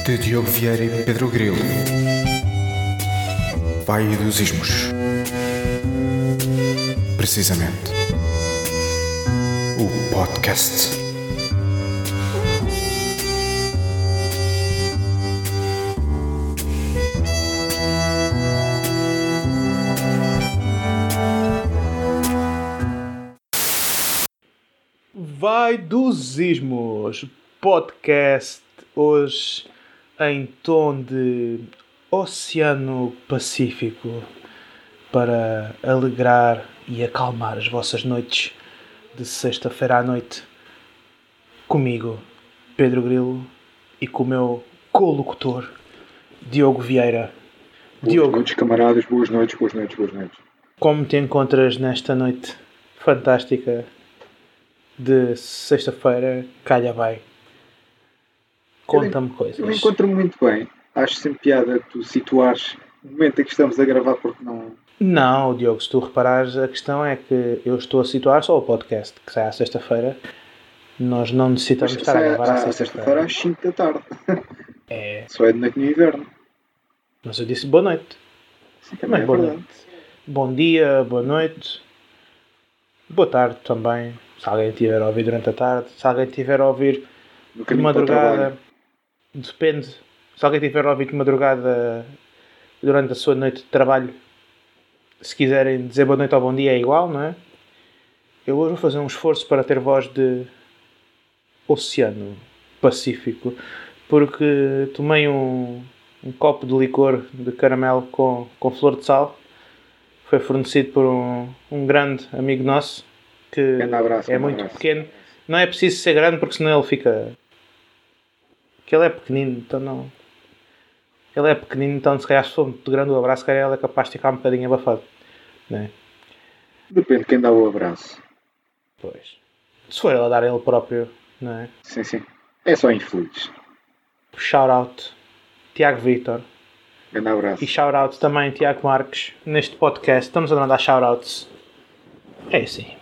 de Diogo Vieira e Pedro Grilo. Pai dos Ismos. Precisamente. O podcast. Vai dos Ismos, podcast hoje em tom de Oceano Pacífico para alegrar e acalmar as vossas noites de sexta-feira à noite comigo, Pedro Grilo, e com o meu co-locutor, Diogo Vieira. Boas noites, camaradas, boas noites. Como te encontras nesta noite fantástica de sexta-feira? Calha vai. Conta-me coisas. Eu encontro-me muito bem. Acho sempre piada tu situares o momento em que estamos a gravar, porque não... Não, Diogo, se tu reparares, a questão é que eu estou a situar só o podcast, que sai à sexta-feira. Nós não necessitamos estar a gravar à sexta-feira às 5 da tarde. É. Só é de noite no inverno. Mas eu disse boa noite. Sim, também mas é boa verdade. noite. Bom dia, boa noite. Boa tarde também. Se alguém estiver a ouvir durante a tarde. Se alguém estiver a ouvir No de caminho para o madrugada. trabalho. Depende. Se alguém estiver a ouvir de madrugada durante a sua noite de trabalho, se quiserem dizer boa noite ou bom dia é igual, não é? Eu hoje vou fazer um esforço para ter voz de Oceano Pacífico, porque tomei um copo de licor de caramelo com flor de sal. Foi fornecido por um grande amigo nosso, que Grande abraço, é grande muito abraço. pequeno. Não é preciso ser grande, porque senão ele fica... Que ele é pequenino, então não... Ele é pequenino, então se calhar se for muito grande o abraço, ele é capaz de ficar um bocadinho abafado. Não é? Depende de quem dá o abraço. Pois. Se for ele a dar ele próprio, não é? Sim. É só infeliz. Shout out Tiago Vitor. Grande abraço. E shout out também Tiago Marques neste podcast. Estamos a mandar shout outs. É assim.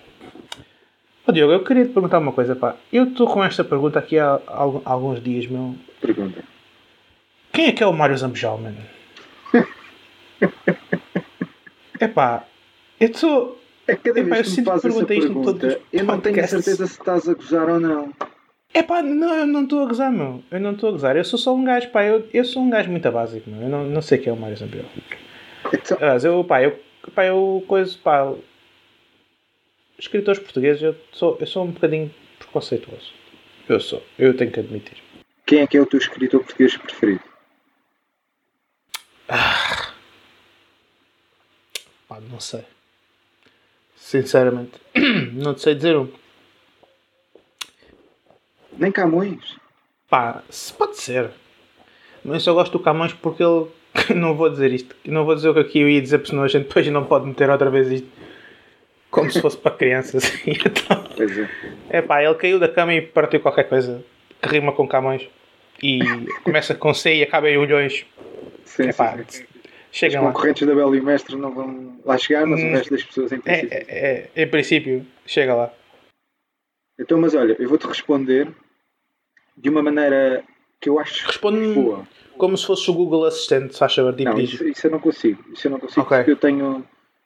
Ô Diogo, eu queria te perguntar uma coisa, pá. Eu estou com esta pergunta aqui há alguns dias, meu. Pergunta. Quem é que é o Mário Zambojal, mano? Epá, eu estou... É que cada Epá, vez que me fazes essa pergunta, eu não tenho a certeza se estás a gozar ou não. Epá, não, eu não estou a gozar, meu. Eu não estou a gozar. Eu sou só um gajo, pá. Eu sou um gajo muito básico, meu. Eu não sei quem é o Mário Zambojal. Então, Aliás, eu coisa, pá... Escritores portugueses, eu sou um bocadinho preconceituoso. Eu tenho que admitir. quem é que é o teu escritor português preferido? Pá, não sei. Sinceramente, não te sei dizer um. Nem Camões. Pá, se pode ser. Mas eu só gosto do Camões porque ele... Não vou dizer isto. Não vou dizer o que aqui eu ia dizer, porque senão a gente depois não pode meter outra vez isto. Como se fosse para crianças. Então, Pois é. pá, ele caiu da cama e partiu qualquer coisa que rima com Camões. E começa com C e acaba em Ulhões. Sim. Os Chegam lá. concorrentes da Bela e Mestre não vão lá chegar, mas o resto das pessoas em princípio. Em princípio, chega lá. Então, mas olha, eu vou-te responder de uma maneira que eu acho Responde-me boa. como se fosse o Google Assistente, se faz favor, tipo Não, diz. isso eu não consigo. Ok. Porque eu tenho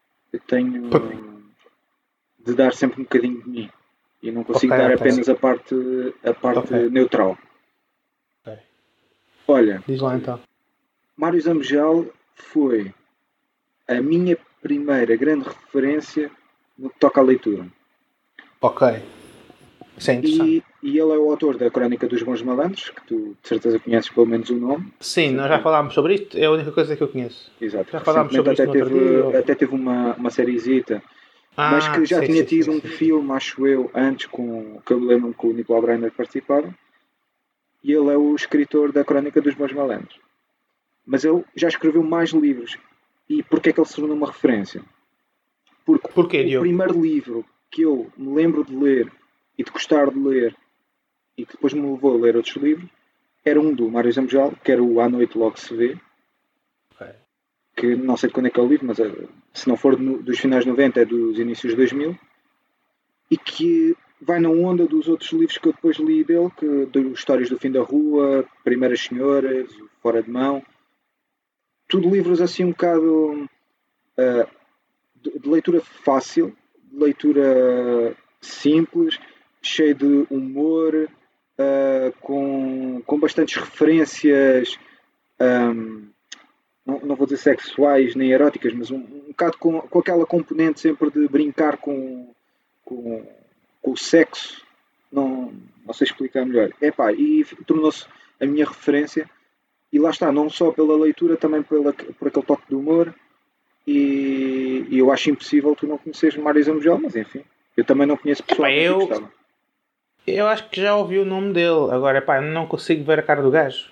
de dar sempre um bocadinho de mim. E não consigo Ok, dar ok. apenas a parte Ok. neutral. Ok. Olha, Diz lá então. Mário Zambojal foi a minha primeira grande referência no que toca à leitura. Ok. Isso é interessante. E ele é o autor da Crónica dos Bons Malandros, que tu de certeza conheces pelo menos o nome. Sim, nós já falámos sobre isto. É a única coisa que eu conheço. Exato. Já falámos sobre Recentemente isto no outro dia. até teve uma sériezita, mas que já sim, tinha sim, tido sim, um sim. filme, acho eu, antes, que eu me lembro que o Nicolau Breiner participava. E ele é o escritor da Crónica dos Bons Malandros. Mas ele já escreveu mais livros. E porquê é que ele se tornou uma referência? Porque Porquê, o Diogo? primeiro livro que eu me lembro de ler e de gostar de ler e que depois me levou a ler outros livros era um do Mário Zambojal, que era o À Noite Logo Se Vê, Ok. que não sei de quando é que é o livro, mas se não for dos finais de 90 é dos inícios de 2000, e que vai na onda dos outros livros que eu depois li dele, Histórias do Fim da Rua, Primeiras Senhoras, Fora de Mão. Tudo livros assim um bocado de leitura fácil, de leitura simples, cheio de humor, com bastantes referências, não vou dizer sexuais nem eróticas, mas um bocado com aquela componente sempre de brincar com o sexo. Não sei explicar melhor. E tornou-se a minha referência. E lá está, não só pela leitura, também por aquele toque de humor. E eu acho impossível tu não conheceres Mário Zambujola, mas enfim. Eu também não conheço pessoalmente que gostava. Eu acho que já ouvi o nome dele. Agora, não consigo ver a cara do gajo.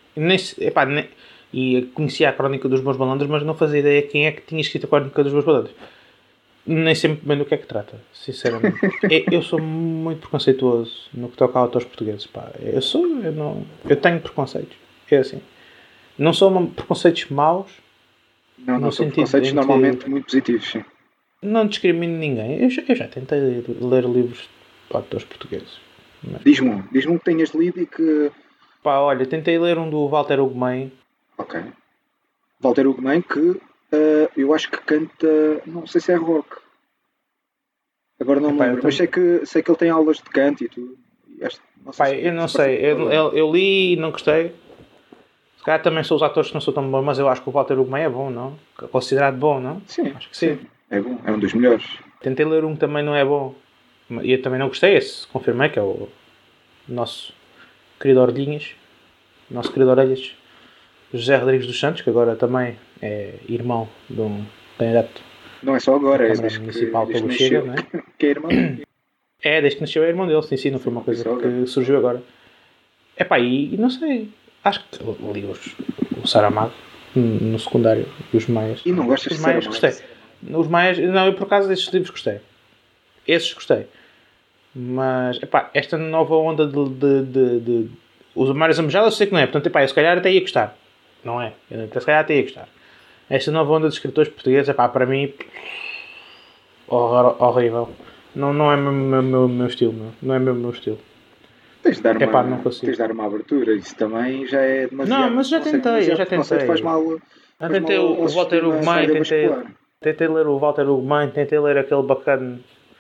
E conhecia a Crónica dos Bons Malandros, mas não fazia ideia quem é que tinha escrito a Crónica dos Bons Malandros. Nem sei muito bem do que é que trata, sinceramente. Eu sou muito preconceituoso no que toca a autores portugueses. Eu tenho preconceitos. É assim. Não são preconceitos maus. Não são preconceitos normalmente muito positivos, sim. Não discrimino ninguém. Eu já tentei ler livros de autores portugueses. Mas... Diz-me um que tenhas lido e que... olha, tentei ler um do Walter Ugumem. Ok. Walter Ugumem que eu acho que canta... Não sei se é rock. Agora não me lembro. Mas sei que ele tem aulas de canto e tudo. Eu não sei. Eu li e não gostei. Se calhar também são os atores que não são tão bons, mas eu acho que o Walter Ugumem é bom, não? É considerado bom, não? Sim. Acho que sim. É bom. É um dos melhores. Tentei ler um que também não é bom. E eu também não gostei. Esse confirmei que é o nosso querido Orelhinhas. Nosso querido Orelhas. José Rodrigues dos Santos, que agora também é irmão de um candidato. Não é só agora, é desde municipal pelo Chega, não é? Que é irmão. Desde que nasceu é irmão dele, sim, não foi uma coisa que surgiu agora. E não sei, acho que li o Saramago no secundário, os Maias. E não gostas de Saramago? Gostei. Os Maias, não, eu por acaso desses livros gostei. Esses gostei. Mas, esta nova onda de os Mário Zambujola eu sei que não é, portanto, eu se calhar até ia gostar. Não é? Se calhar até ia gostar. Esta nova onda de escritores portugueses, para mim, horrível. Não é meu estilo, meu. Não é meu estilo. Tens de dar uma abertura, isso também já é demasiado. Não, mas já tentei. Faz mal. Tentei o Walter Ugumem, tentei ler o Walter Ugumem, tentei ler aquele bacana.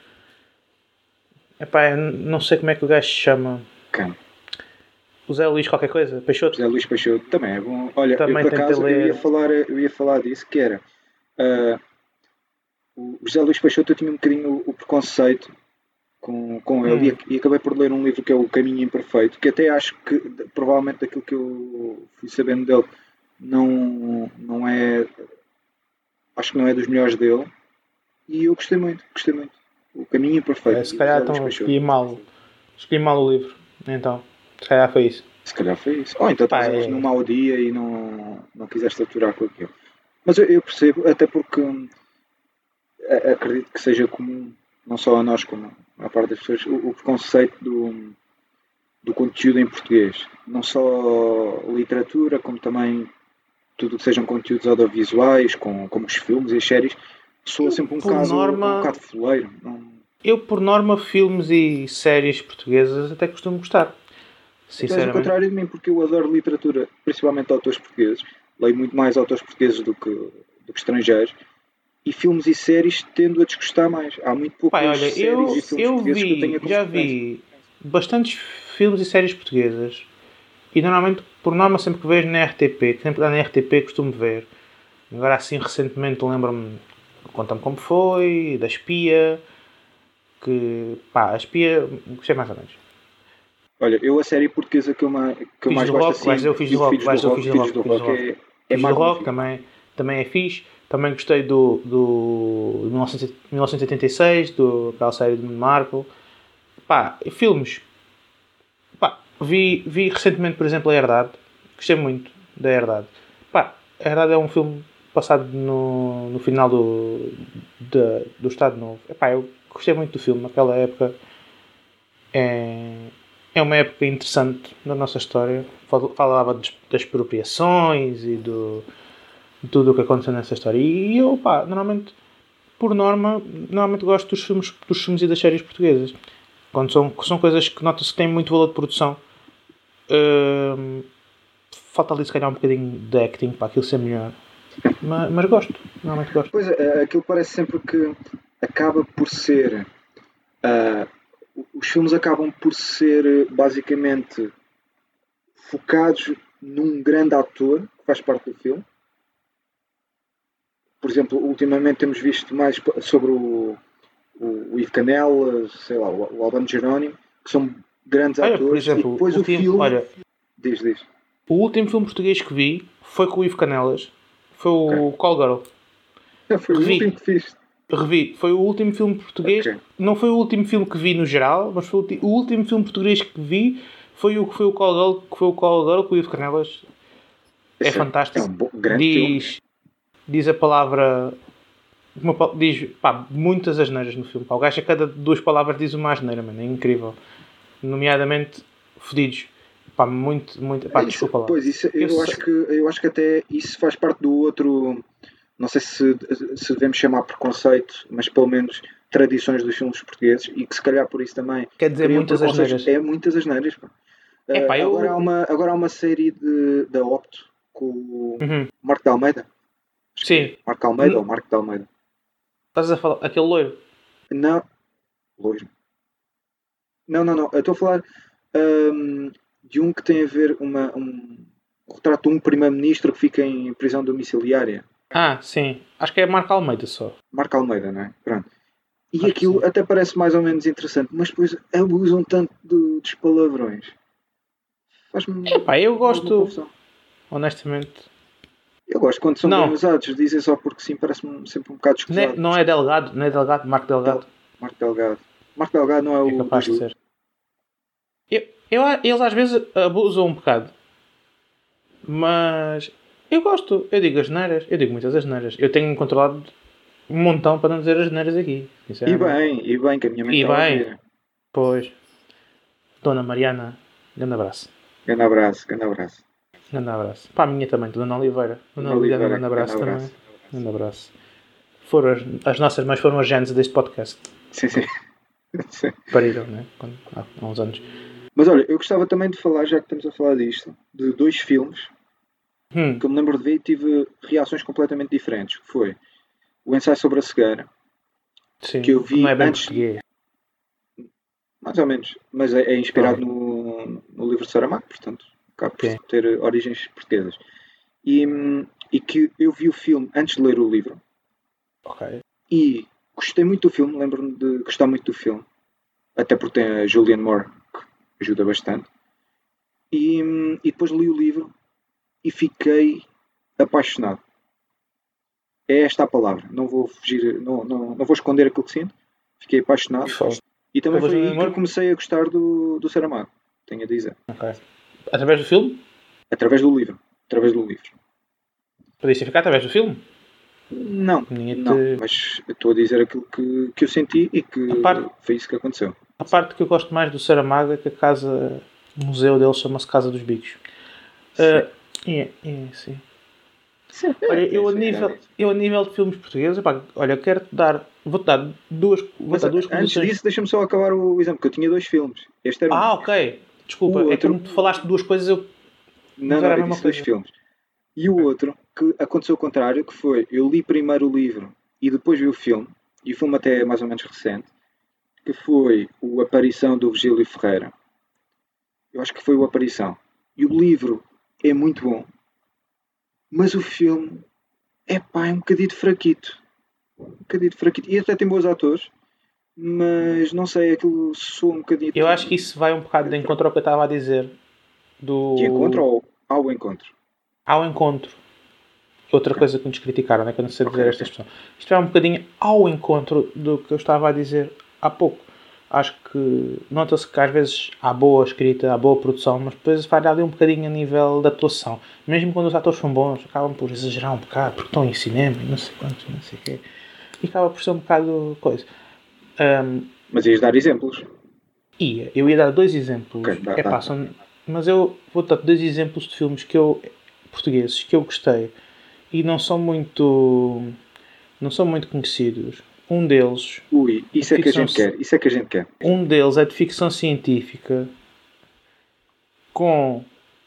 Não sei como é que o gajo se chama. Quem? O Zé Luís qualquer coisa, Peixoto. José Luís Peixoto também é bom. Olha, também eu por acaso eu ia falar disso, que era o José Luís Peixoto. Eu tinha um bocadinho o preconceito com ele e acabei por ler um livro que é O Caminho Imperfeito, que até acho que provavelmente daquilo que eu fui sabendo dele não é, acho que não é dos melhores dele, e eu gostei muito. O Caminho Imperfeito. Se calhar então escolhi mal o livro, então se calhar foi isso. Ou então estás num mau dia e não quiseste aturar com aquilo. Mas eu percebo, até porque acredito que seja comum, não só a nós como a parte das pessoas, o preconceito do conteúdo em português. Não só literatura, como também tudo que sejam conteúdos audiovisuais, como os filmes e as séries, soa sempre um bocado foleiro. Eu, por norma, filmes e séries portuguesas até costumo gostar. Sinceramente. Ao contrário de mim, porque eu adoro literatura, principalmente autores portugueses. Leio muito mais autores portugueses do que estrangeiros. E filmes e séries tendo a desgostar mais. Há muito poucas séries e filmes portugueses que eu tenho a já vi bastantes filmes e séries portuguesas. E normalmente, por norma, sempre que vejo na RTP, que sempre dá na RTP, costumo ver. Agora assim, recentemente, lembro-me, Conta-me Como Foi, da Espia, a Espia, gostei mais ou menos. Olha, eu a série portuguesa que eu mais gosto assim... Vais ver o Filhos do Rock. Filhos do Rock também é fixe. Também gostei do 1986, aquela série de Marvel. Filmes. Vi recentemente, por exemplo, A Herdade. Gostei muito da Herdade. A Herdade é um filme passado no final do Estado Novo. Eu gostei muito do filme. Aquela época é uma época interessante na nossa história. Falava das expropriações e de tudo o que aconteceu nessa história. E eu, normalmente gosto dos filmes e das séries portuguesas. Quando são coisas que nota-se que têm muito valor de produção. Falta ali se calhar um bocadinho de acting para aquilo ser melhor. Mas gosto, normalmente gosto. Pois, aquilo parece sempre que acaba por ser... os filmes acabam por ser basicamente focados num grande ator que faz parte do filme. Por exemplo, ultimamente temos visto mais sobre o Ivo Canelas, sei lá, o Albano Jerónimo, que são grandes atores. Por exemplo, e depois o filme... Diz. O último filme português que vi foi com o Ivo Canelas. Foi o Call Girl. Foi o último que fiz. Revi. Foi o último filme português. Okay. Não foi o último filme que vi no geral, mas foi o último filme português que vi foi o Call Girl, que foi o Call Girl com o Ivo Canelas. É fantástico. É um grande filme. Diz a palavra... Diz muitas asneiras no filme. O gajo a cada 2 palavras diz uma asneira, mano. É incrível. Nomeadamente, fedidos. Muito. Desculpa lá. Pois, eu acho que até isso faz parte do outro... Não sei se devemos chamar preconceito, mas pelo menos tradições dos filmes portugueses, e que se calhar por isso também... Quer dizer muitas asneiras. É muitas asneiras. Agora há uma série da Opto com o Marco de Almeida. Sim. Marco Almeida ou Marco de Almeida? Estás a falar... Aquele loiro? Não. Loiro. Não. Eu estou a falar de um que tem a ver um retrato de um primeiro-ministro que fica em prisão domiciliária. Sim. Acho que é Marco Almeida só. Marco Almeida, não é? Pronto. E aquilo até parece mais ou menos interessante, mas depois abusam tanto dos palavrões. Faz-me... eu gosto... Honestamente... Eu gosto quando são bem usados. Dizem só porque sim, parece-me sempre um bocado escusado. Não é Delgado, Marco Delgado. Marco Delgado não é o... capaz de ser. Eles às vezes abusam um bocado. Mas... Eu gosto. Eu digo asneiras. Eu digo muitas asneiras. Eu tenho controlado um montão para não dizer asneiras aqui. E bem, que a minha mãe está a ouvir. Pois. Dona Mariana, grande abraço. Grande abraço. Grande abraço. Para a minha também, Dona Oliveira. Dona Oliveira, grande abraço também. Grande abraço. As nossas mães foram as gênesis deste podcast. Sim. Pariram, né? Há uns anos. Mas olha, eu gostava também de falar, já que estamos a falar disto, de 2 filmes que eu me lembro de ver e tive reações completamente diferentes. Que foi o Ensaio sobre a Cegueira. Sim, que eu vi não é bem antes... português. Mais ou menos. Mas é inspirado no livro de Saramago, portanto, acaba por ter origens portuguesas. E que eu vi o filme antes de ler o livro. Ok. E gostei muito do filme, lembro-me de gostar muito do filme. Até porque tem a Julianne Moore, que ajuda bastante. E depois li o livro e fiquei apaixonado. É esta a palavra. Não vou fugir, não vou esconder aquilo que sinto. Fiquei apaixonado. E também foi aí que eu comecei a gostar do Saramago, tenho a dizer. Ok. Através do filme? Através do livro. Podias ficar através do filme? Não, mas estou a dizer aquilo que eu senti e que foi isso que aconteceu. A parte que eu gosto mais do Saramago é que o museu dele chama-se Casa dos Bicos. Sim. Olha, eu a nível de filmes portugueses, vou-te dar duas antes disso, deixa-me só acabar o exemplo, que eu tinha 2 filmes. Este era ok. Desculpa, é que tu falaste de 2 coisas, eu disse 2 filmes. E o outro, que aconteceu o contrário, que foi, eu li primeiro o livro e depois vi o filme, e o filme até é mais ou menos recente, que foi o Aparição do Virgílio Ferreira. Eu acho que foi o Aparição. E o livro é muito bom. Mas o filme é um bocadinho fraquito. E até tem bons atores. Mas não sei, aquilo soa um bocadinho... Eu acho que isso vai um bocado de encontro ao que eu estava a dizer. De encontro ou ao encontro? Ao encontro. Outra coisa que nos criticaram, que eu não sei dizer esta expressão. Isto vai um bocadinho ao encontro do que eu estava a dizer há pouco. Acho que nota-se que às vezes há boa escrita, há boa produção, mas depois falha ali um bocadinho a nível da atuação. Mesmo quando os atores são bons, acabam por exagerar um bocado, porque estão em cinema e não sei quantos, não sei o quê. E acaba por ser um bocado coisa. Mas ias dar exemplos? Eu ia dar 2 exemplos. Okay, mas eu vou dar 2 exemplos de filmes portugueses que eu gostei e não são muito conhecidos. Um deles, Ui, isso é que a ficção gente quer. Isso é que a gente quer. um deles é de ficção científica com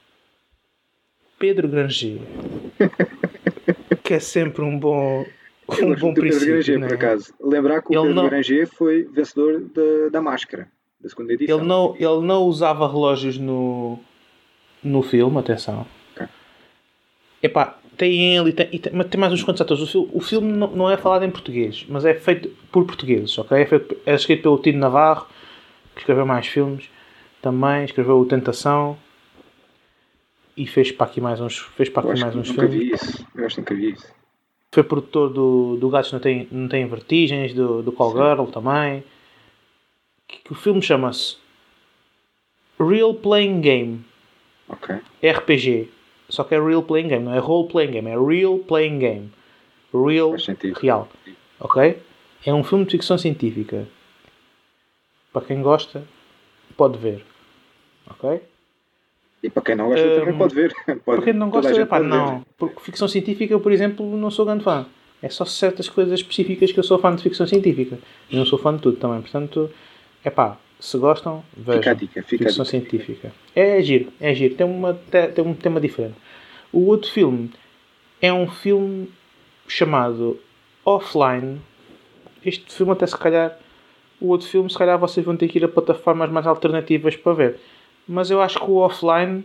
Pedro Granger, que é sempre um bom Eu gosto muito do Pedro princípio, Granger, não por é? acaso. Lembrar que o Ele Pedro não- Granger foi vencedor da Máscara, da segunda edição. Ele não usava relógios no filme, atenção. Ok. Epá, tem ele mas tem mais uns quantos atores. O filme não é falado em português, mas é feito por portugueses, ok? É escrito pelo Tino Navarro, que escreveu mais filmes também, escreveu o Tentação e fez para aqui mais uns Eu acho que filmes. nunca vi isso. Eu acho que nunca vi isso. Foi produtor do Gatos Não Tem Vertigens, do Call Sim. Girl também. Que o filme chama-se Real Playing Game. Ok. RPG. Só que é Real Playing Game, não é Role Playing Game, é Real Playing Game. Real, Faz sentido. real. Ok? É um filme de ficção científica. Para quem gosta, pode ver. Ok? E para quem não gosta também pode ver. Para quem não Toda a gosta, gente pá, pode ver. não. Porque ficção científica, eu, por exemplo, não sou grande fã. É só certas coisas específicas que eu sou fã de ficção científica. E não sou fã de tudo também. Portanto, é pá, se gostam, vejam. Fica a dica. Ficção científica. É giro. Tem um tema diferente. O outro filme é um filme chamado Offline. Este filme até se calhar... O outro filme, se calhar, vocês vão ter que ir a plataformas mais alternativas para ver. Mas eu acho que o Offline...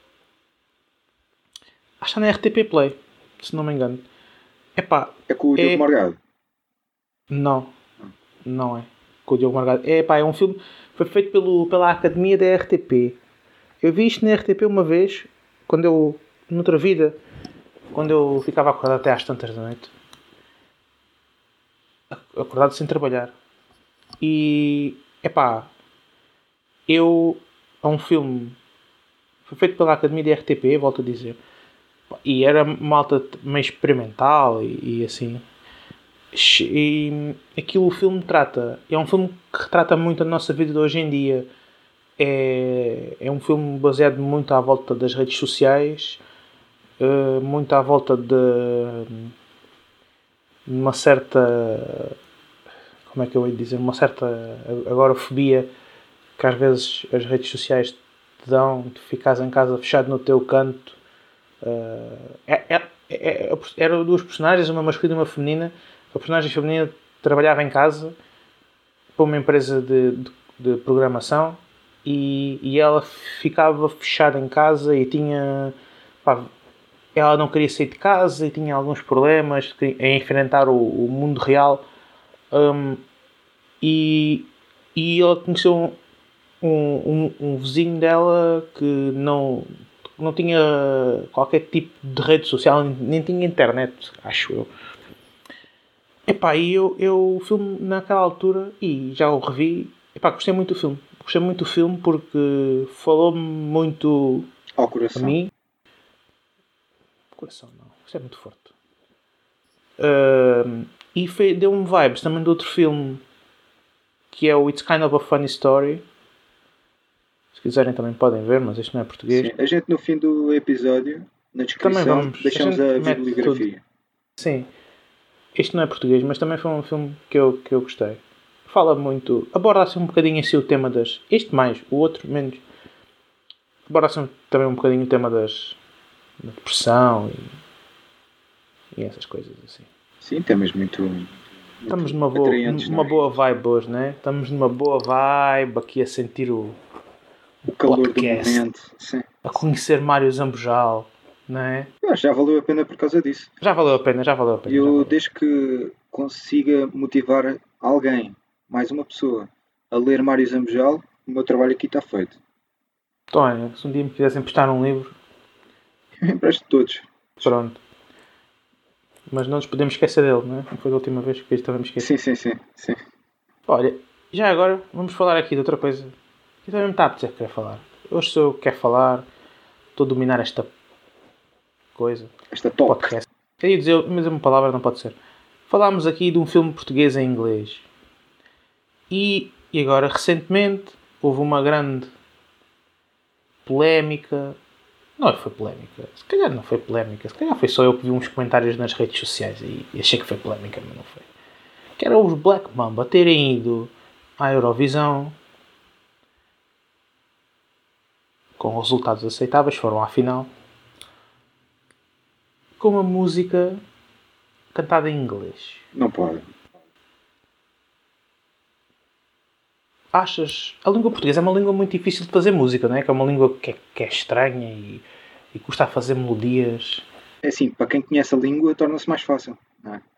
Acho que está na RTP Play. Se não me engano. Epá, É com o Diogo Morgado. não. Não é. Com o Diogo Morgado. É um filme... Foi feito pela Academia da RTP. Eu vi isto na RTP uma vez, quando eu... Noutra vida, quando eu ficava acordado até às tantas da noite. Acordado sem trabalhar. E... Epá... É um filme... Foi feito pela Academia da RTP, volto a dizer. E era malta meio experimental e assim. E aquilo o filme trata... É um filme que retrata muito a nossa vida de hoje em dia. É um filme baseado muito à volta das redes sociais. Muito à volta de uma certa... Como é que eu ia dizer? Uma certa agorafobia que às vezes as redes sociais te dão. Tu ficas em casa fechado no teu canto. Eram duas personagens, uma masculina e uma feminina. A personagem feminina trabalhava em casa para uma empresa de programação e ela ficava fechada em casa e tinha... ela não queria sair de casa e tinha alguns problemas em enfrentar o mundo real. E ela conheceu um vizinho dela que não tinha qualquer tipo de rede social, nem tinha internet, acho eu. Epá, e eu o filme naquela altura, e já o revi, epá, gostei muito do filme. Gostei muito do filme porque falou-me muito Ao a coração. mim. Coração não, isso é muito forte. E deu-me vibes também de outro filme que é o It's Kind of a Funny Story. Se quiserem também podem ver, mas este não é português. Sim. A gente no fim do episódio, na descrição, deixamos a mete bibliografia. Sim. Este não é português, mas também foi um filme que eu gostei. Fala muito... Aborda assim um bocadinho assim o tema das... Este mais, o outro menos. Aborda assim também um bocadinho o tema da depressão e essas coisas assim. Sim, temas muito Estamos numa atraentes, não é? boa vibe hoje, né? Estamos numa boa vibe aqui a sentir o calor podcast, do momento. Sim. a conhecer Mário Zambojal, não é? Eu acho que já valeu a pena por causa disso. Já valeu a pena. Eu, desde que consiga motivar alguém, mais uma pessoa, a ler Mário Zambojal, o meu trabalho aqui está feito. Então, olha, se um dia me quisessem prestar um livro, Eu empresto todos. pronto. Mas não nos podemos esquecer dele, não é? Não foi a última vez que também me esqueci. Sim. Olha, já agora vamos falar aqui de outra coisa que também me está a apetecer querer falar. Hoje sou eu que quero falar, estou a dominar esta coisa. Esta top. Podcast. Eu ia dizer, mas uma palavra não pode ser. Falámos aqui de um filme português em inglês. E agora, recentemente, houve uma grande polémica. Não foi polémica. Se calhar não foi polémica. Se calhar foi só eu que vi uns comentários nas redes sociais e achei que foi polémica, mas não foi. que era os Black Mamba terem ido à Eurovisão com resultados aceitáveis, foram à final, com uma música cantada em inglês. Não pode. Achas? A língua portuguesa é uma língua muito difícil de fazer música, não é? Que é uma língua que é estranha e custa a fazer melodias. É assim, para quem conhece a língua, torna-se mais fácil. Não é?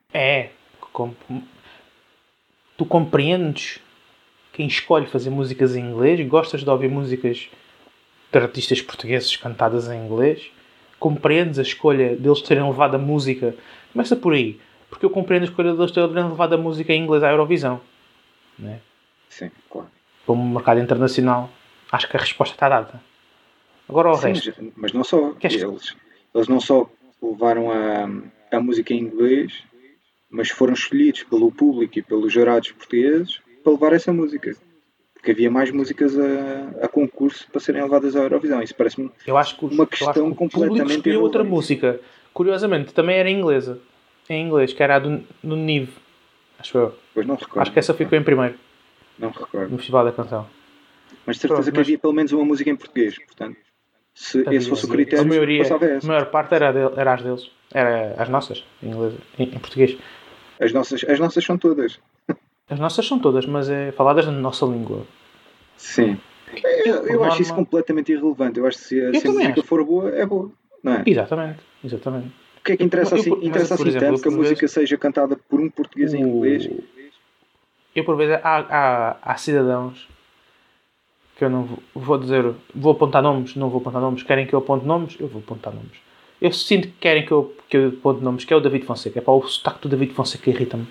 Tu compreendes quem escolhe fazer músicas em inglês, gostas de ouvir músicas de artistas portugueses cantadas em inglês, compreendes a escolha deles terem levado a música. Começa por aí, porque eu compreendo a escolha deles terem levado a música em inglês à Eurovisão, não é? Sim, claro. Para o mercado internacional, acho que a resposta está dada. Agora ao resto. Mas não só. Eles não só levaram a música em inglês, mas foram escolhidos pelo público e pelos jurados portugueses para levar essa música. Porque havia mais músicas a concurso para serem levadas à Eurovisão. Isso parece-me uma questão completamente escolheu outra música. Curiosamente, também era inglesa. Em inglês, que era a do Nive. Acho eu. Pois não recordo. Acho que essa ficou em primeiro. Não recordo. No Festival da Canção. Mas de certeza que havia pelo menos uma música em português. Portanto, se esse fosse o critério, passava essa. A maior parte era as deles. Era as nossas, em inglês, em português. As nossas são todas. As nossas são todas, mas é faladas na nossa língua. Sim. Eu acho isso completamente irrelevante. Eu acho que se a música for boa, é boa. Não é? Exatamente. O que é que interessa interessa assim tanto que a música seja cantada por um português em inglês? Eu, por vezes, há cidadãos que eu não vou dizer, vou apontar nomes, não vou apontar nomes, querem que eu aponte nomes, eu vou apontar nomes. Eu sinto que querem que eu aponte nomes, que é o David Fonseca. É para o sotaque do David Fonseca irrita-me.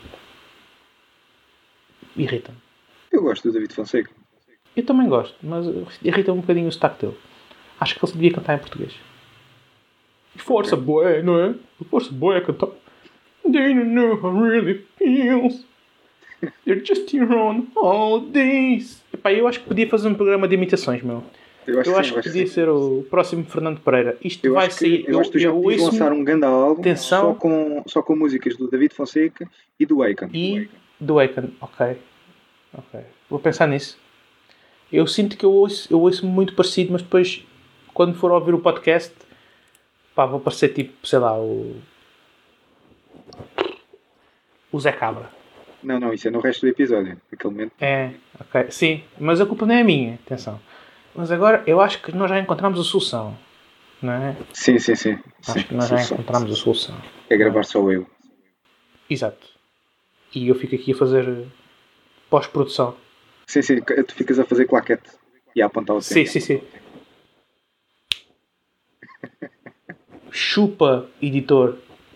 Eu gosto do David Fonseca. Eu também gosto, mas irrita-me um bocadinho o sotaque dele. Acho que ele devia cantar em português. Força boa, não é? Força boa a cantar. They don't know how really feels. They're just here on holidays. Epá, eu acho que podia fazer um programa de imitações, meu. Eu acho que podia ser o próximo Fernando Pereira. Isto vai sair. Eu acho que tu já podias lançar um grande álbum só com músicas do David Fonseca e do Akon. Do Akon, ok. Vou pensar nisso. Eu sinto que eu ouço muito parecido, mas depois, quando for ouvir o podcast, pá, vou parecer tipo, sei lá, o Zé Cabra. Não, isso é no resto do episódio. Naquele momento. Ok. Sim, mas a culpa não é minha, atenção. Mas agora, eu acho que nós já encontramos a solução, não é? Sim. Acho que nós já encontramos a solução. É gravar só eu. Exato. E eu fico aqui a fazer pós-produção. Sim, tu ficas a fazer claquete e a apontar o tempo. Sim. Chupa, editor.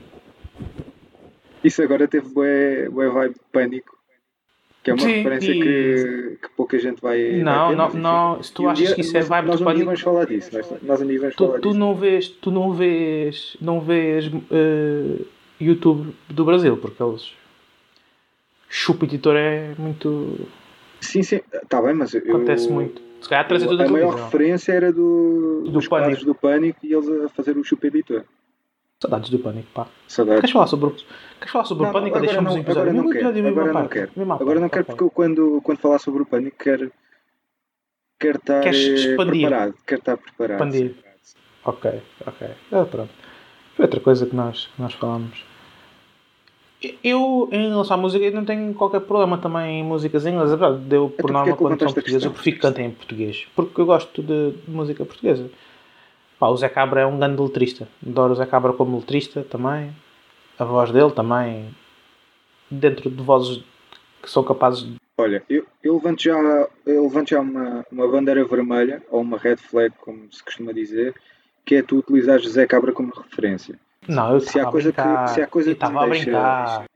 Isso agora teve bué vibe de Pânico. Que é uma referência que pouca gente vai... Não. Se tu achas que isso é vibe de Pânico... Nós um dia vamos falar disso. Nós um dia vamos falar disso. Tu não vês YouTube do Brasil, porque eles... Chupa, editor é muito... Sim, está bem, mas acontece muito. Se calhar trazer tudo a maior referência era dos quadros do Pânico e eles a fazer o Chupa Editor. Saudades do Pânico, pá. Saudades. Queres falar sobre o Pânico? Deixamos um episódio. Agora não quero porque eu quando falar sobre o Pânico quero estar preparado. Quero estar preparado. Expandir. Ok. Pronto. Foi outra coisa que nós falámos. Eu, em relação à música, não tenho qualquer problema também em músicas em inglês. A verdade, por norma, quando são portuguesas, eu prefiro que cantem em português. Porque eu gosto de música portuguesa. Pá, o Zé Cabra é um grande letrista. Adoro o Zé Cabra como letrista também. A voz dele também. Dentro de vozes que são capazes de... Olha, eu levanto já uma bandeira vermelha, ou uma red flag, como se costuma dizer, que é tu utilizares o Zé Cabra como referência. Não, eu estava a brincar.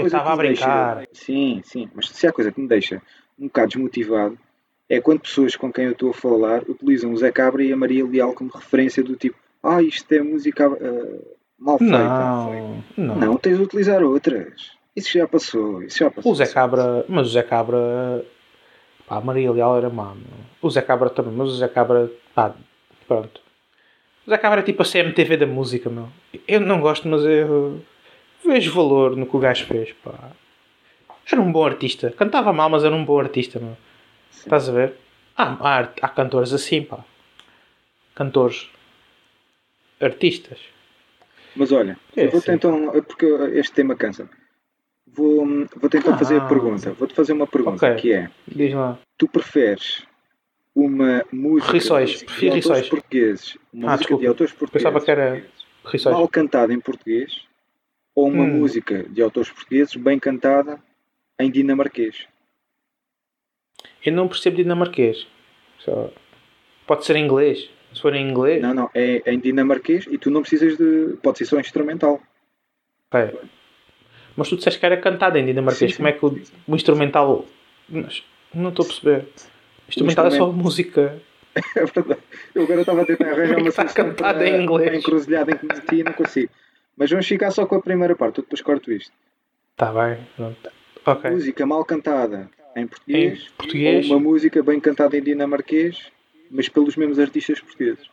Sim, mas se há coisa que me deixa um bocado desmotivado é quando pessoas com quem eu estou a falar utilizam o Zé Cabra e a Maria Leal como referência do tipo isto é música mal feita. Não, tens de utilizar outras. Isso já passou. O Zé Cabra, pá, a Maria Leal era má, meu. O Zé Cabra também, mas o Zé Cabra, pá, pronto. O Zé Cabra é tipo a CMTV da música, meu. Eu não gosto, mas eu vejo valor no que o gajo fez, pá. Era um bom artista. Cantava mal, mas era um bom artista, meu. Sim. Estás a ver? Há cantores assim, pá. Cantores. Artistas. Mas olha, É, eu vou sim. tentar, porque este tema cansa. Vou tentar fazer a Ah, pergunta. Vou-te fazer uma pergunta, ok. que é: Diz lá. tu preferes uma música Rissóis. de Prefiro autores rissóis. portugueses, uma música de Desculpa. autores Pensava que portugueses era mal rissóis. cantada em português ou uma Hum. música de autores portugueses bem cantada em dinamarquês? Eu não percebo dinamarquês. Só... Pode ser em inglês. Se for em inglês. Não, é em dinamarquês e tu não precisas de. Pode ser só instrumental. É. Mas tu disseste que era cantado em dinamarquês. Sim, Como é sim. que o instrumental... Não estou a perceber. Instrumental é só música. É verdade. Eu agora estava a tentar arranjar uma Está solução cantada em para inglês. a encruzilhada em que me meti e não consigo. Mas vamos ficar só com a primeira parte, eu depois corto isto. Está bem. Pronto. Ok. Música mal cantada em Em português ou português. uma música bem cantada em dinamarquês, mas pelos mesmos artistas portugueses.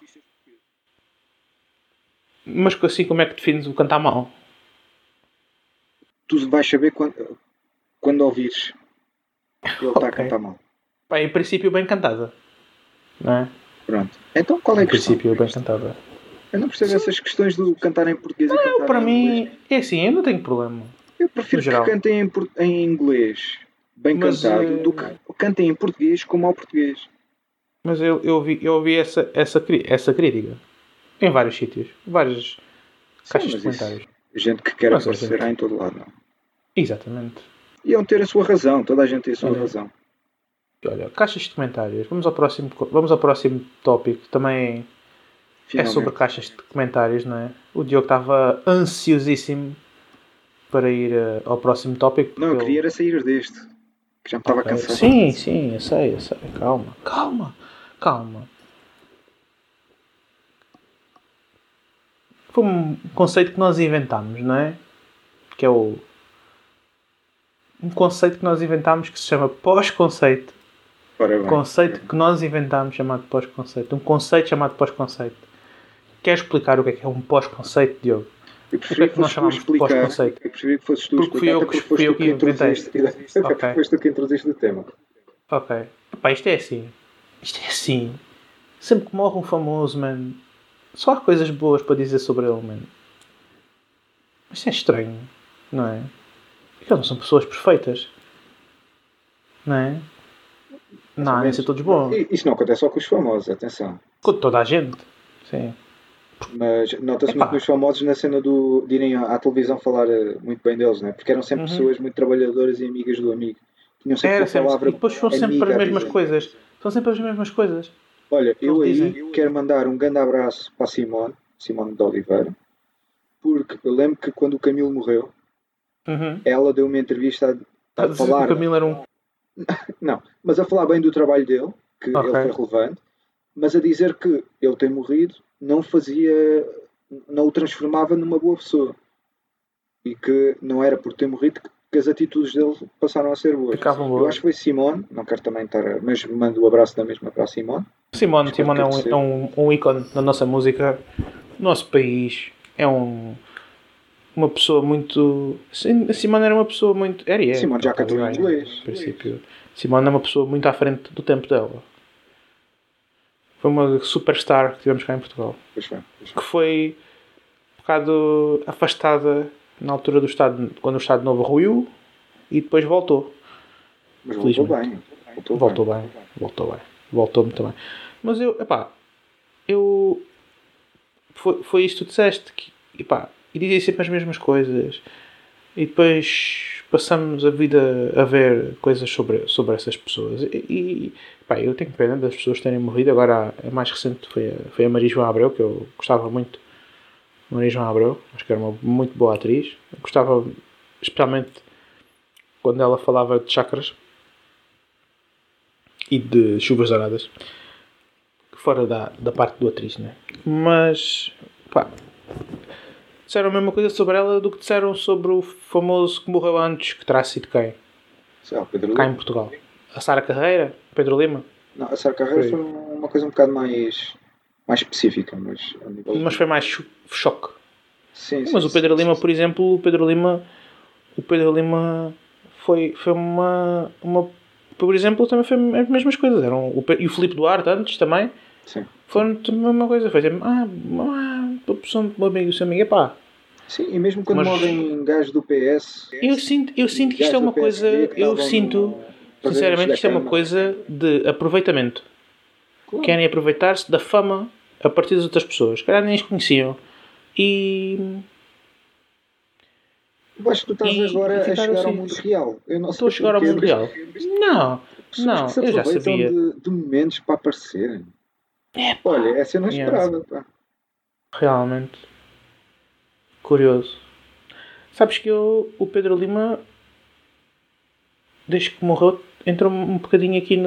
Mas assim como é que defines o cantar mal? Tu vais saber quando ouvires que ele está a Ok. cantar mal. Pá, em princípio bem cantada. Não é? Pronto. Então qual é a Em questão? princípio bem cantada. Eu não percebo essas questões do cantar em português e cantar Para em inglês. mim, é assim, eu não tenho problema. Eu prefiro No geral. que cantem em inglês bem Mas, cantado do que cantem em português como ao português. Mas eu ouvi essa crítica. Em vários sítios. Várias caixas de Sim, mas comentários. comentários. Gente que quer Mas a aparecer gente- há em todo lado, não. Exatamente. Iam ter a sua razão, toda a gente tem a sua Olha, razão. E olha, caixas de comentários. Vamos ao próximo tópico. Também é sobre Finalmente. caixas de comentários, não é? O Diogo estava ansiosíssimo para ir ao próximo tópico. Não, eu porque queria era sair deste. Que já me estava Ok. cansado. Sim, eu sei. Calma. Foi um conceito que nós inventámos, não é? Que é um conceito que nós inventámos que se chama pós-conceito. Ora bem. Conceito que nós inventámos chamado pós-conceito. Um conceito chamado pós-conceito. Queres explicar o que é um pós-conceito, Diogo? Eu O que preferi é que que nós fosses tu a chamamos de explicar. pós-conceito? Eu preferi que fosses tu a Porque fui explicar, eu até porque foste tu que inventei. introduziste. Até porque Ok. foste tu que introduziste o tema. Ok. Epá, isto é assim. Sempre que morre um famoso, mano, só há coisas boas para dizer sobre ele, mano. Isto é estranho, não é? Porque eles não são pessoas perfeitas. Não é? Não, nem ser todos bons. Isso não acontece só com os famosos, atenção. Com toda a gente. Sim. Mas nota-se Epá. muito nos famosos na cena de irem à televisão falar muito bem deles, né? Porque eram sempre pessoas muito trabalhadoras e amigas do amigo. Tinham sempre Era uma sempre. palavra E depois são sempre amiga as a mesmas dizer. coisas. São sempre as mesmas coisas. Olha, eu eles aí dizem. quero mandar um grande abraço para a Simone de Oliveira, porque eu lembro que quando o Camilo morreu, ela deu uma entrevista A a dizer que falar. o Camilo era um. Não, mas a falar bem do trabalho dele, que Ok. ele foi relevante, mas a dizer que ele ter morrido não o transformava numa boa pessoa. E que não era por ter morrido que as atitudes dele passaram a ser boas. Ficavam Eu boas. acho que foi Simone, não quero também estar, mas mando o abraço da mesma para a Simone. Simone Espero que é ele um ícone da nossa música, do nosso país. É uma pessoa muito. A Simone era uma pessoa muito. Simone já cantou em inglês. No princípio. Simone é uma pessoa muito à frente do tempo dela. Foi uma superstar que tivemos cá em Portugal. Pois foi. Que foi um bocado afastada na altura do Estado, quando o Estado Novo ruiu e depois voltou. Mas voltou Felizmente. bem. Voltou muito bem. Mas foi isto que tu disseste, e dizia sempre as mesmas coisas, e depois passamos a vida a ver coisas sobre essas pessoas, eu tenho pena das pessoas terem morrido. Agora a mais recente foi a Maria João Abreu, que eu gostava muito. Maria João Abreu, acho que era uma muito boa atriz. Eu gostava especialmente quando ela falava de chakras e de chuvas douradas, fora da parte do atriz, né? Mas disseram a mesma coisa sobre ela do que disseram sobre o famoso que morreu antes, que terá sido quem? Pedro Cá Lima. em Portugal. A Sara Carreira? Pedro Lima? Não, a Sara Carreira foi uma coisa um bocado mais específica, mas a nível Mas foi mais choque. Sim, Mas o Pedro Lima, por exemplo, o Pedro Lima foi uma. Por exemplo, também foi as mesmas coisas. E o Filipe Duarte antes também. Sim. Foram também a mesma coisa. Foi sempre, a opção do meu amigo e o seu amigo, epá. Sim, e mesmo quando Mas- movem gajos do PS. Eu sinto que isto é uma coisa. Eu sinto, sinceramente, que isto é uma coisa de aproveitamento. Claro. Querem aproveitar-se da fama a partir das outras pessoas. Calhar nem as conheciam. E. Eu acho que tu estás E agora a ficar chegar ao assim. mundo real. Eu não Estou a sei chegar ao porquê, mundo mas real. Não, pessoas não, que se eu já aproveitam sabia. de momentos para aparecerem. Olha, essa eu não Yeah. esperava. Pá. Realmente. Curioso. Sabes que o Pedro Lima, desde que morreu, entrou um bocadinho aqui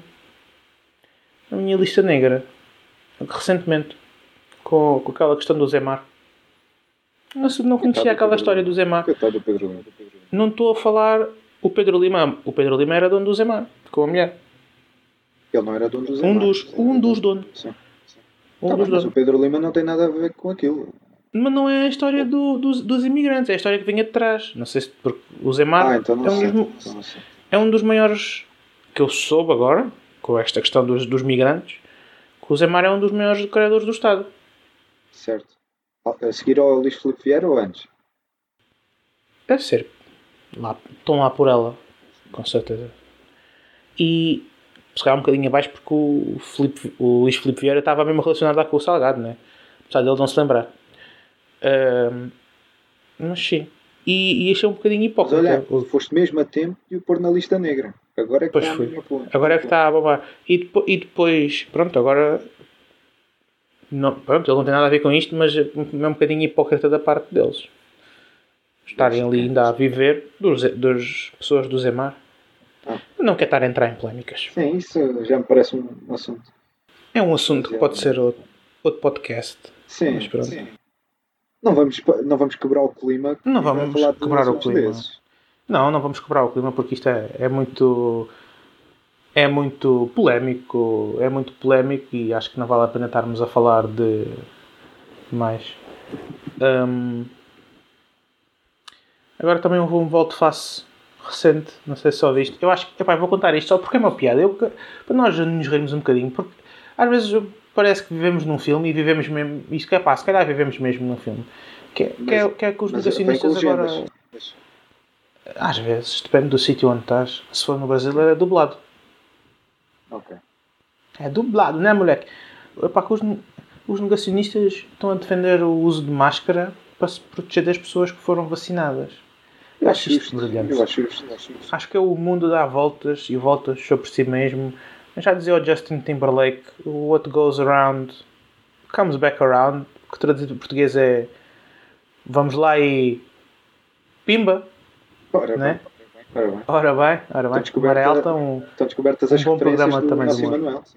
na minha lista negra. Recentemente. Com aquela questão do Zé Mar. Não conhecia Coitado do aquela Pedro história Lima. do Zé Mar. Coitado do Pedro Lima. Não estou a falar o Pedro Lima. O Pedro Lima era dono do Zé Mar. Com a mulher. Ele não era dono do Zé Um Mar. dos donos. Sim. Um Tá dos bem, mas donos. o Pedro Lima não tem nada a ver com aquilo. Mas não é a história dos imigrantes. É a história que vinha de trás. Não sei se... Porque o Zé Mar Então não é um sei. dos... Então não sei. É um dos maiores que eu soube agora, com esta questão dos migrantes, que o Zé Mar é um dos maiores decoradores do Estado. Certo. A seguir ao Luís Filipe Vieira ou antes? Deve ser. Estão lá por ela, com certeza. E se calhar um bocadinho abaixo porque o Luís Filipe Vieira estava mesmo relacionado lá com o Salgado, né? Apesar dele não se lembrar. Mas sim. E achei um bocadinho Mas hipócrita. olha, foste mesmo a tempo de o pôr na lista negra. Agora é que Pois está a fui. mesma ponto. Agora é que está a bombar. E depois, pronto, agora. Não, pronto, ele não tem nada a ver com isto, mas é um bocadinho hipócrita da parte deles. Estarem ali ainda a viver das pessoas do Zemar. Não quer estar a entrar em polémicas. Sim, isso já me parece um assunto. É um assunto que pode ser outro podcast. Sim, Mas pronto. sim. Não vamos quebrar o clima. Não e vai vamos falar de quebrar o assuntos clima. desses. Não vamos quebrar o clima porque isto é muito. É muito polémico. É muito polémico e acho que não vale a pena estarmos a falar de mais. Agora também houve um volte-face recente. Não sei se só viste. Eu acho que. Vou contar isto só porque é uma piada. Para nós nos rirmos um bocadinho. Porque às vezes parece que vivemos num filme e vivemos mesmo. Isto que é pá, se calhar vivemos mesmo num filme. Que é que os negacionistas agora. Às vezes, depende do sítio onde estás. Se for no Brasil é dublado. Ok. É dublado, não é, moleque? Epá, que os negacionistas estão a defender o uso de máscara para se proteger das pessoas que foram vacinadas. Eu acho isto brilhante. Eu acho isto. Acho que é o mundo dá voltas e voltas sobre si mesmo. Eu já dizia ao Justin Timberlake: What goes around comes back around. Que traduzido em português é vamos lá e pimba. Ora Né? bem. Ora bem. Maré Alta, Estão descobertas as bom referências programa do também do nosso humor. Emanuel.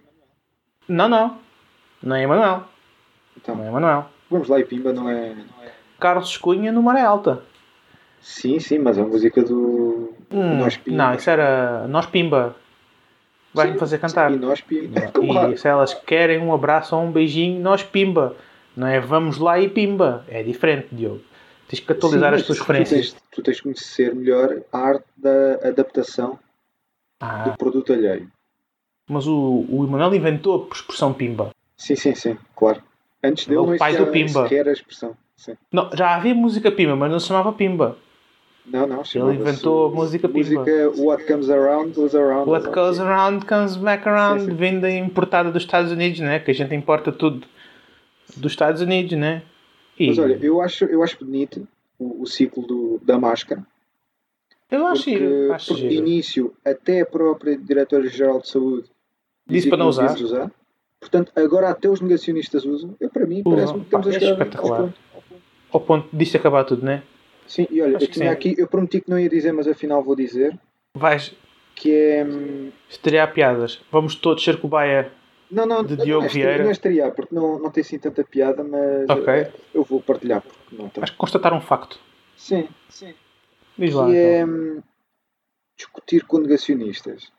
Não é Emanuel. Então, Não é Emanuel. vamos lá e Pimba não é... Carlos Cunha no Maré Alta. Sim, mas a música do Nós Pimba. Não, isso era Nós Pimba. Vai-me Sim, fazer cantar. E Nós Pimba. Claro. E se elas querem um abraço ou um beijinho, Nós Pimba. Não é vamos lá e Pimba. É diferente, Diogo. Tens que atualizar as tuas referências. Tu tens que conhecer melhor a arte da adaptação do produto alheio. Mas o Emanuel inventou a expressão Pimba. Sim, claro. Antes dele não o pai do Pimba. sequer a expressão. Sim. Não, já havia música Pimba, mas não se chamava Pimba. Não, Ele inventou a música Pimba. What comes around goes around. What goes around comes back around. Sim. Vinda importada dos Estados Unidos, né? Que a gente importa tudo dos Estados Unidos, né? Mas olha, eu acho bonito o ciclo da máscara. Eu acho porque de início até a própria Diretora-Geral de Saúde disse para não usar. Portanto, agora até os negacionistas usam. Para mim, parece-me que estamos a chegar espetacular. Ao ponto disto acabar tudo, não é? Sim, e olha, eu tinha aqui, eu prometi que não ia dizer, mas afinal vou dizer. Vais. Que é... Estrear piadas. Vamos todos ser cobaia de Diogo Vieira. Não é estrear, porque não tem assim tanta piada, mas eu vou partilhar. Porque não tem. Vais constatar um facto. Sim. Diz lá, que é então. Discutir com negacionistas.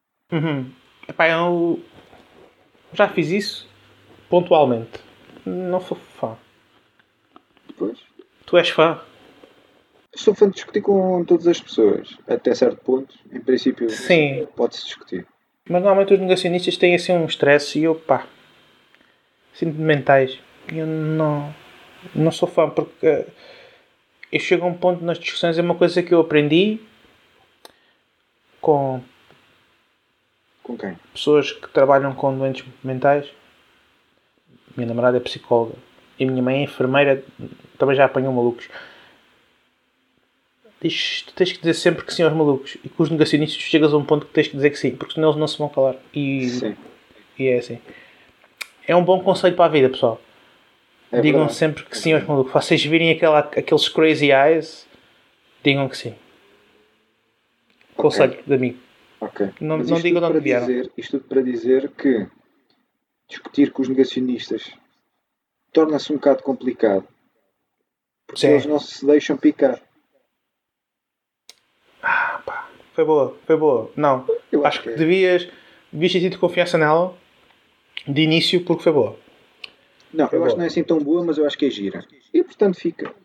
Eu já fiz isso pontualmente. Não sou fã. Pois. Tu és fã? Sou fã de discutir com todas as pessoas. Até certo ponto, em princípio, Sim. pode-se discutir. Mas normalmente os negacionistas têm assim um stress e eu, pá, sinto mentais. Eu não sou fã porque eu chego a um ponto nas discussões, é uma coisa que eu aprendi com Com quem? pessoas que trabalham com doentes mentais. Minha namorada é psicóloga e minha mãe é enfermeira, também já apanhou malucos. Tu tens que dizer sempre que sim aos malucos, e com os negacionistas chegas a um ponto que tens que dizer que sim, porque senão eles não se vão calar. Sim. E é assim. É um bom conselho para a vida, pessoal. É Digam verdade. sempre que sim aos malucos. Vocês virem aqueles crazy eyes, digam que sim. Conselho de amigo. Ok. Não Mas digam de onde vieram. Isto tudo para dizer que discutir com os negacionistas torna-se um bocado complicado. Porque Sim. eles não se deixam picar. Pá, foi boa. Não, Eu acho que devias ter tido confiança nela de início porque foi boa. Não, Foi eu acho boa. que não é assim tão boa, mas eu acho que é gira. E portanto fica.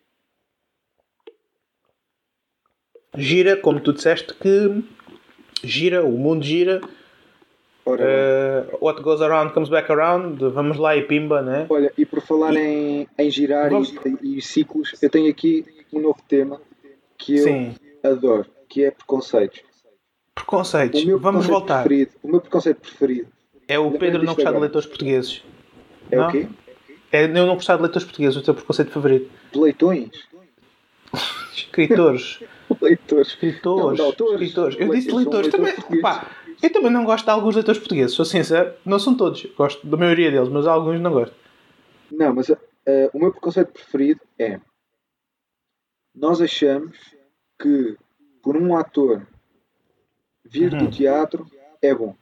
Gira, como tu disseste que gira, o mundo gira. Ora bem. What goes around comes back around. Vamos lá e pimba, né? Olha, e por falar em girar Vamos- e ciclos, eu tenho aqui um novo tema que eu Sim. adoro, que é preconceitos. Preconceitos. O meu Vamos preconceito voltar. preferido, o meu preconceito preferido É o Lembrei Pedro não disto gostar de agora. leitores portugueses. é Não? o quê? É eu não gostar de leitores portugueses, o teu preconceito favorito. De leitões? Escritores. Leitores. Escritores. Não, de autores. Escritores. Eu disse sou um leitores leitor também. português. Pá, eu também não gosto de alguns leitores portugueses, sou sincero. Não são todos. Gosto da maioria deles, mas alguns não gosto. Não, mas o meu preconceito preferido é nós achamos que por um ator vir do teatro é bom.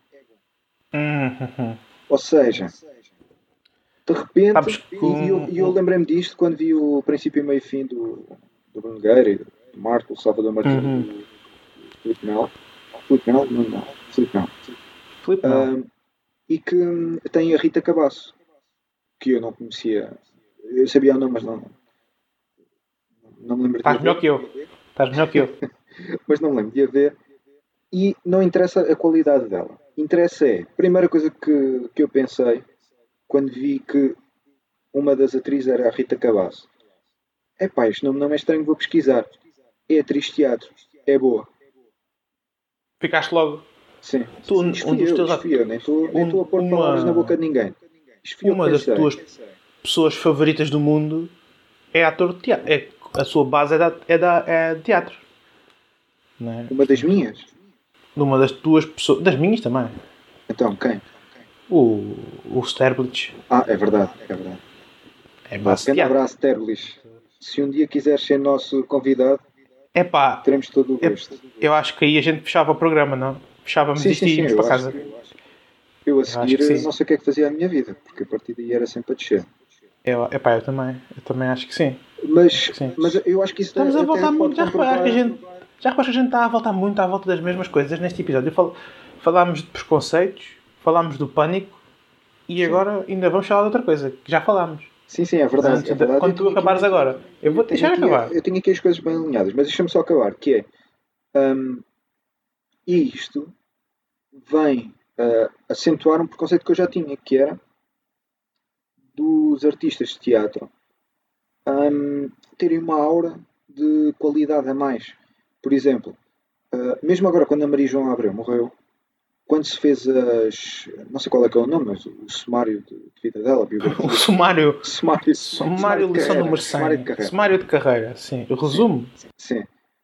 Ou seja, de repente, Sabes que e eu lembrei-me disto quando vi o princípio e meio fim do Bruno Nogueira e do Marco, o Salvador Martins, do Filipe Melo. Filipe Melo? Não. Filipe Melo. Filipe, não. E que tem a Rita Cabasso, que eu não conhecia. Eu sabia o nome, mas não me lembro Estás de melhor que eu. Estás melhor que eu. mas não me lembro de a ver. E não interessa a qualidade dela. Interessa é, a primeira coisa que eu pensei quando vi que uma das atrizes era a Rita Cabasso. É pá, isto não é estranho, vou pesquisar. É atriz de teatro. É boa. Ficaste logo. Sim. Tu, Isto um dos teus fui eu. Nem estou a pôr uma- palavras na boca de ninguém. Isto fui eu Uma que das pensei. tuas pessoas favoritas do mundo é ator de teatro. A sua base é de teatro. Não é? Uma das minhas? Uma das tuas pessoas. Das minhas também. Então, quem? O Sterblich. É verdade. É verdade. É base de Grande teatro. abraço, Terlis. Se um dia quiseres ser nosso convidado, É pá, teremos todo o gosto. eu acho que aí a gente fechava o programa, não? Fechávamos isto e íamos eu para acho casa. Eu a acho seguir que sim. não sei o que é que fazia a minha vida, porque a partir daí era sempre a descer. Eu também acho que sim. Mas eu acho que isso Estamos a até voltar pode muito. Já reparaste comprovar- que a gente está a voltar muito à volta das mesmas coisas neste episódio. Falámos de preconceitos, falámos do pânico e agora ainda vamos falar de outra coisa que já falámos. Sim, é verdade. Antes é verdade. quando tu acabares agora, eu vou te deixar acabar. Eu tenho aqui as coisas bem alinhadas, mas deixa-me só acabar, que é isto vem acentuar um preconceito que eu já tinha, que era dos artistas de teatro terem uma aura de qualidade a mais. Por exemplo, mesmo agora quando a Maria João Abreu morreu, quando se fez não sei qual é que é o nome, mas o sumário de vida dela, a biografia. O sumário. Sumário de Lição carreira, número 100. sumário de carreira. Sumário de carreira, sim. O resumo. Sim.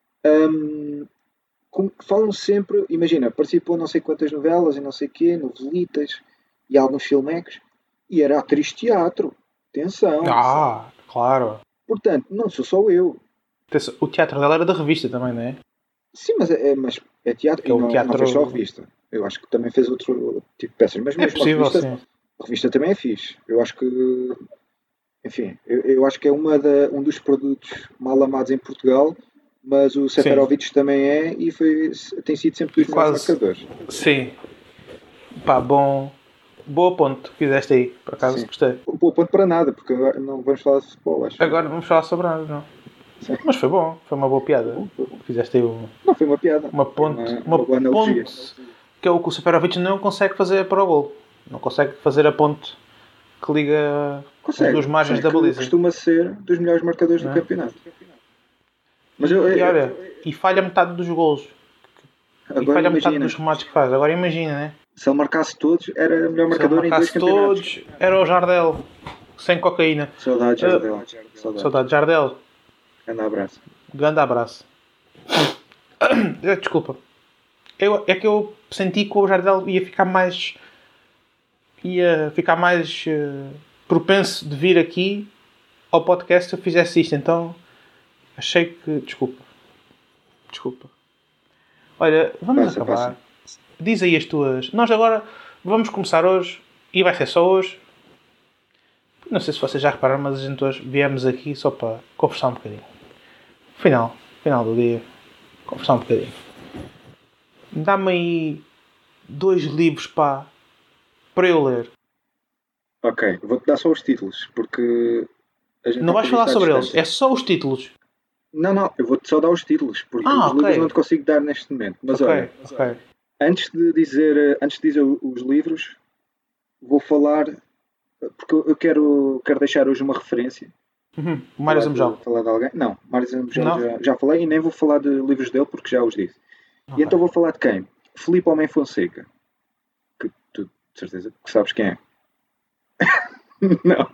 Falam sempre, imagina, participou não sei quantas novelas e não sei quê, novelitas e alguns filmecos, e era atriz de teatro. Atenção. Claro. Portanto, não sou só eu. O teatro dela era da revista também, não é? Sim, mas é teatro Que é o e não teatro- fez só a revista. Eu acho que também fez outro tipo de peças. Mas É mesmo possível, a revista também é fixe. Eu acho que, enfim, eu acho que é um dos produtos mal amados em Portugal, mas o Seferovic também é e tem sido sempre dos melhores Quase. marcadores. Sim. Pá, bom. Boa ponto que fizeste aí. Por acaso Sim. gostei. Bom ponto para nada, porque agora não vamos falar de futebol, acho. Agora vamos falar sobre nada, não? Mas foi bom, foi uma boa piada. Fizeste aí Não foi uma piada. uma ponte, uma boa analogia. ponte que é o que o Seferovic não consegue fazer para o gol. Não consegue fazer a ponte que liga as duas margens da baliza. Costuma ser dos melhores marcadores do campeonato. Mas E falha metade dos golos. E falha metade dos remates que faz. Agora imagina, né? Se ele marcasse todos, era o melhor marcador em 2 campeonatos. Todos, era o Jardel. Sem cocaína. Saudades, Jardel. Saudades, Jardel. Grande abraço. Desculpa. É que eu senti que o Jardel ia ficar mais propenso de vir aqui ao podcast se eu fizesse isto. Então achei que... Desculpa. Olha, vamos acabar. Diz aí as tuas... Nós agora vamos começar hoje e vai ser só hoje. Não sei se vocês já repararam, mas a gente hoje viemos aqui só para conversar um bocadinho. Final do dia. Conversar um bocadinho. Dá-me aí 2 livros para eu ler. Ok, vou-te dar só os títulos, porque... Não vais falar sobre eles, é só os títulos. Não, eu vou-te só dar os títulos, porque os livros não te consigo dar neste momento. Mas olha, antes de dizer os livros, vou falar... Porque eu quero deixar hoje uma referência. Mário Zambojal. Falar de alguém? Não, Mário Zambojal já falei e nem vou falar de livros dele porque já os disse. E então vou falar de quem? Filipe Homem Fonseca. Que tu, de certeza, que sabes quem é. Não.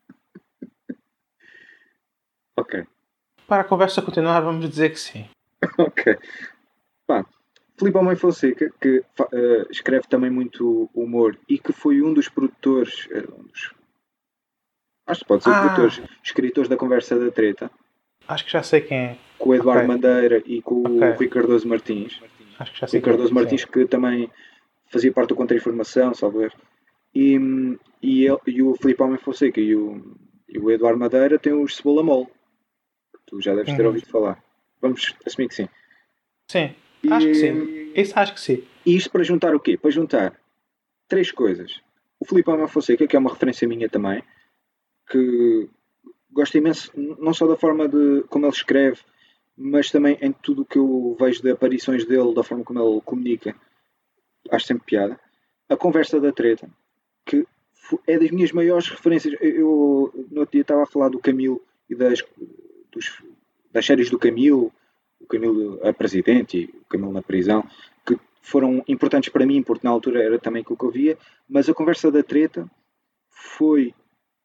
Ok. Para a conversa continuar, vamos dizer que sim. Ok. Filipe Homem Fonseca, que escreve também muito humor e que foi um dos produtores, acho que pode ser produtores, escritores da Conversa da Treta. Acho que já sei quem é. Com o Eduardo Madeira e com o Rui Cardoso Martins. Acho que já sei Rui Cardoso Martins, que também fazia parte do Contra-Informação, salvo erro. E o Filipe Homem Fonseca e o Eduardo Madeira têm os Cebola Mole. Tu já deves ter ouvido falar. Vamos assumir que sim. Sim. Acho que sim. Isso acho que sim. E isto para juntar o quê? Para juntar 3 coisas. O Filipe Homem Fonseca, que é uma referência minha também, que gosto imenso, não só da forma de como ele escreve, mas também em tudo o que eu vejo de aparições dele, da forma como ele comunica. Acho sempre piada. A Conversa da Treta, que é das minhas maiores referências. Eu no outro dia estava a falar do Camilo e das séries do Camilo, o Camilo a presidente e o Camilo na prisão, que foram importantes para mim, porque na altura era também aquilo que eu via, mas a Conversa da Treta foi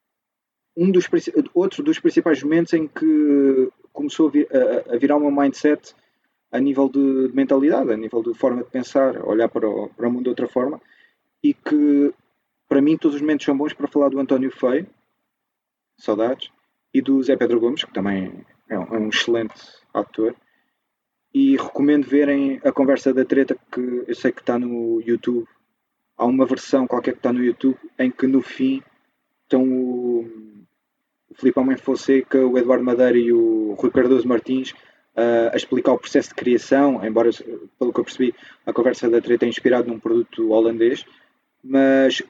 outro dos principais momentos em que começou a virar o meu mindset a nível de mentalidade, a nível de forma de pensar, olhar para o mundo de outra forma, e que para mim todos os momentos são bons para falar do António Feio, saudades, e do Zé Pedro Gomes, que também é um excelente ator. E recomendo verem a Conversa da Treta, que eu sei que está no YouTube. Há uma versão qualquer que está no YouTube em que no fim estão o Filipe Homem Fonseca, o Eduardo Madeira e o Rui Cardoso Martins a explicar o processo de criação, embora, pelo que eu percebi, a Conversa da Treta é inspirado num produto holandês. Mas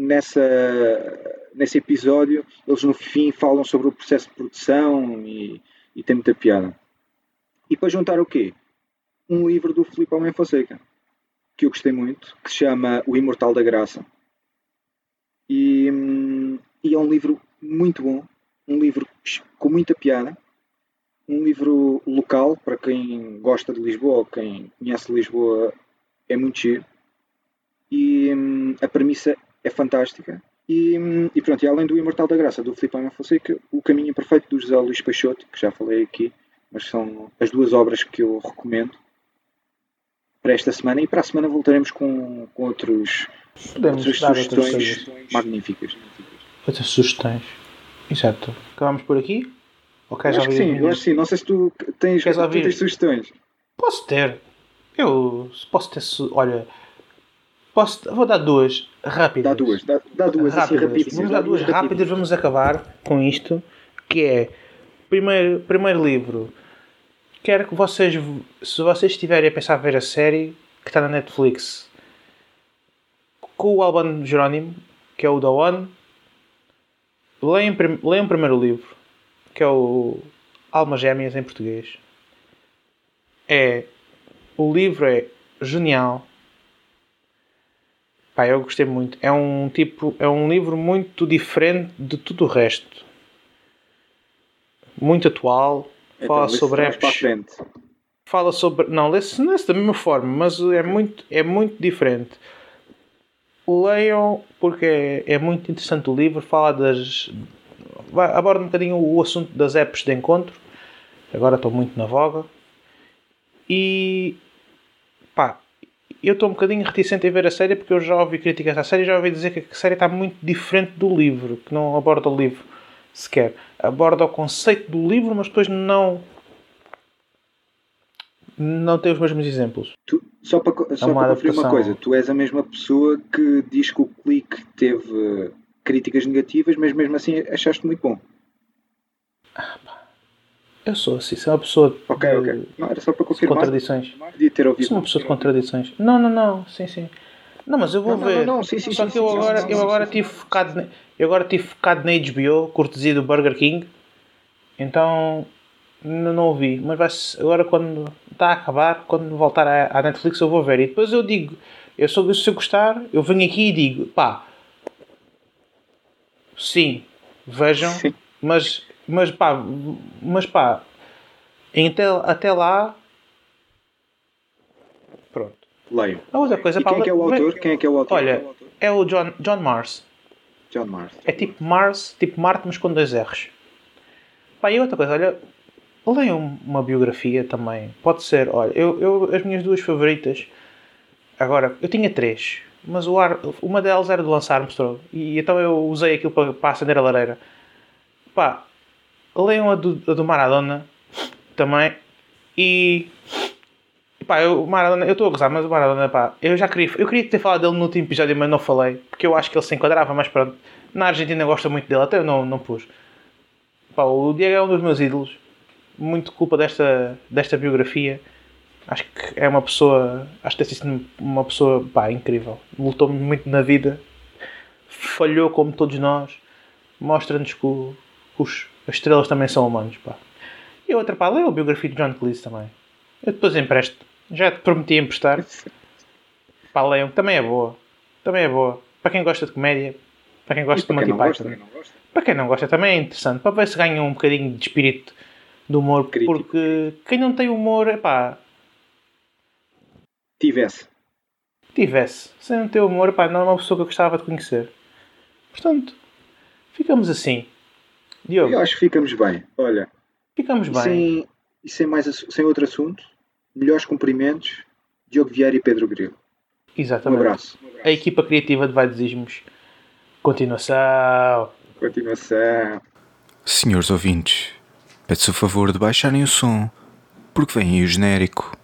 nesse episódio eles no fim falam sobre o processo de produção e tem muita piada. E para juntar o quê? Um livro do Filipe Homem Fonseca, que eu gostei muito, que se chama O Imortal da Graça. E é um livro muito bom, um livro com muita piada, um livro local, para quem gosta de Lisboa ou quem conhece Lisboa, é muito giro. E a premissa é fantástica. E pronto, e além do Imortal da Graça, do Filipe Homem Fonseca, O Caminho Imperfeito, do José Luís Peixoto, que já falei aqui, mas são as 2 obras que eu recomendo para esta semana, e para a semana voltaremos com outras sugestões magníficas. Outras sugestões. Exato. Acabamos por aqui? Eu acho que sim. Não sei se tu tens sugestões. Posso ter. Eu posso ter... Olha... Vou dar 2 rápidas. Dá duas assim rapidinhas. Vamos dar 2 rápidas, vamos acabar com isto, que é primeiro livro. Quero que vocês, se vocês estiverem a pensar em ver a série que está na Netflix com o Albano Jerónimo, que é o The One, leiam o primeiro livro, que é o Almas Gêmeas em português. O livro é genial. Pá, eu gostei muito. É um livro muito diferente de tudo o resto. Muito atual. Fala sobre mais para a frente. Fala sobre... Não, lê-se da mesma forma, mas é muito diferente. Leiam, porque é muito interessante o livro. Fala aborda um bocadinho o assunto das apps de encontro. Agora estou muito na voga. E... pá, eu estou um bocadinho reticente em ver a série, porque eu já ouvi críticas à série e já ouvi dizer que a série está muito diferente do livro, que não aborda o livro sequer. Aborda o conceito do livro, mas depois não tem os mesmos exemplos. Só para conferir uma coisa, tu és a mesma pessoa que diz que o Clique teve críticas negativas, mas mesmo assim achaste muito bom. Eu sou assim, sou uma pessoa Ok. Não, era só para confirmar. Contradições. Podia ter ouvido. Sou uma pessoa de contradições. Não, sim. Não, mas eu vou ver. Sim, só que eu agora estive focado na HBO, cortesia do Burger King. Então não ouvi. Mas agora quando está a acabar, quando voltar à Netflix eu vou ver. E depois eu digo, se eu gostar, eu venho aqui e digo, pá, sim, vejam, Sim. mas pá, até lá, pronto. Leio. A outra coisa, E quem é que é o autor? Quem é que é o autor? Olha, é o John Mars. John Mars. É tipo Mars, tipo Marte, mas com 2 R's. Pá, e outra coisa, olha, leiam uma biografia também. Pode ser, olha, as minhas 2 favoritas. Agora, eu tinha 3, mas uma delas era do Lance Armstrong. E então eu usei aquilo para acender a lareira. Pá, leiam a do Maradona também. E pá, o Maradona, eu estou a gozar, mas o Maradona, pá, eu queria ter falado dele no último episódio, mas não falei, porque eu acho que ele se enquadrava, mas pronto, na Argentina gosta muito dele, até eu não pus. Pá, o Diego é um dos meus ídolos, muito culpa desta biografia. Acho que é uma pessoa, acho que tem sido uma pessoa, pá, incrível, lutou muito na vida, falhou como todos nós, mostra-nos que as estrelas também são humanos, pá. E outra, pá, leu a biografia de John Cleese também. Eu depois empresto. Já te prometi emprestar. Pá, leiam, que também é boa. Para quem gosta de comédia, para quem gosta de Monty Python. Para quem não gosta também é interessante. Para ver se ganha um bocadinho de espírito de humor. Crítico. Porque quem não tem humor, pá... Tivesse. Se não tem humor, pá, não é uma pessoa que eu gostava de conhecer. Portanto, ficamos assim. Diogo. Eu acho que ficamos bem. Olha. Ficamos bem. E sem outro assunto, melhores cumprimentos, Diogo Vieira e Pedro Grilo. Exatamente. Um abraço. A equipa criativa de Vaidesismos. Continuação. Senhores ouvintes, peço o favor de baixarem o som, porque vem aí o genérico.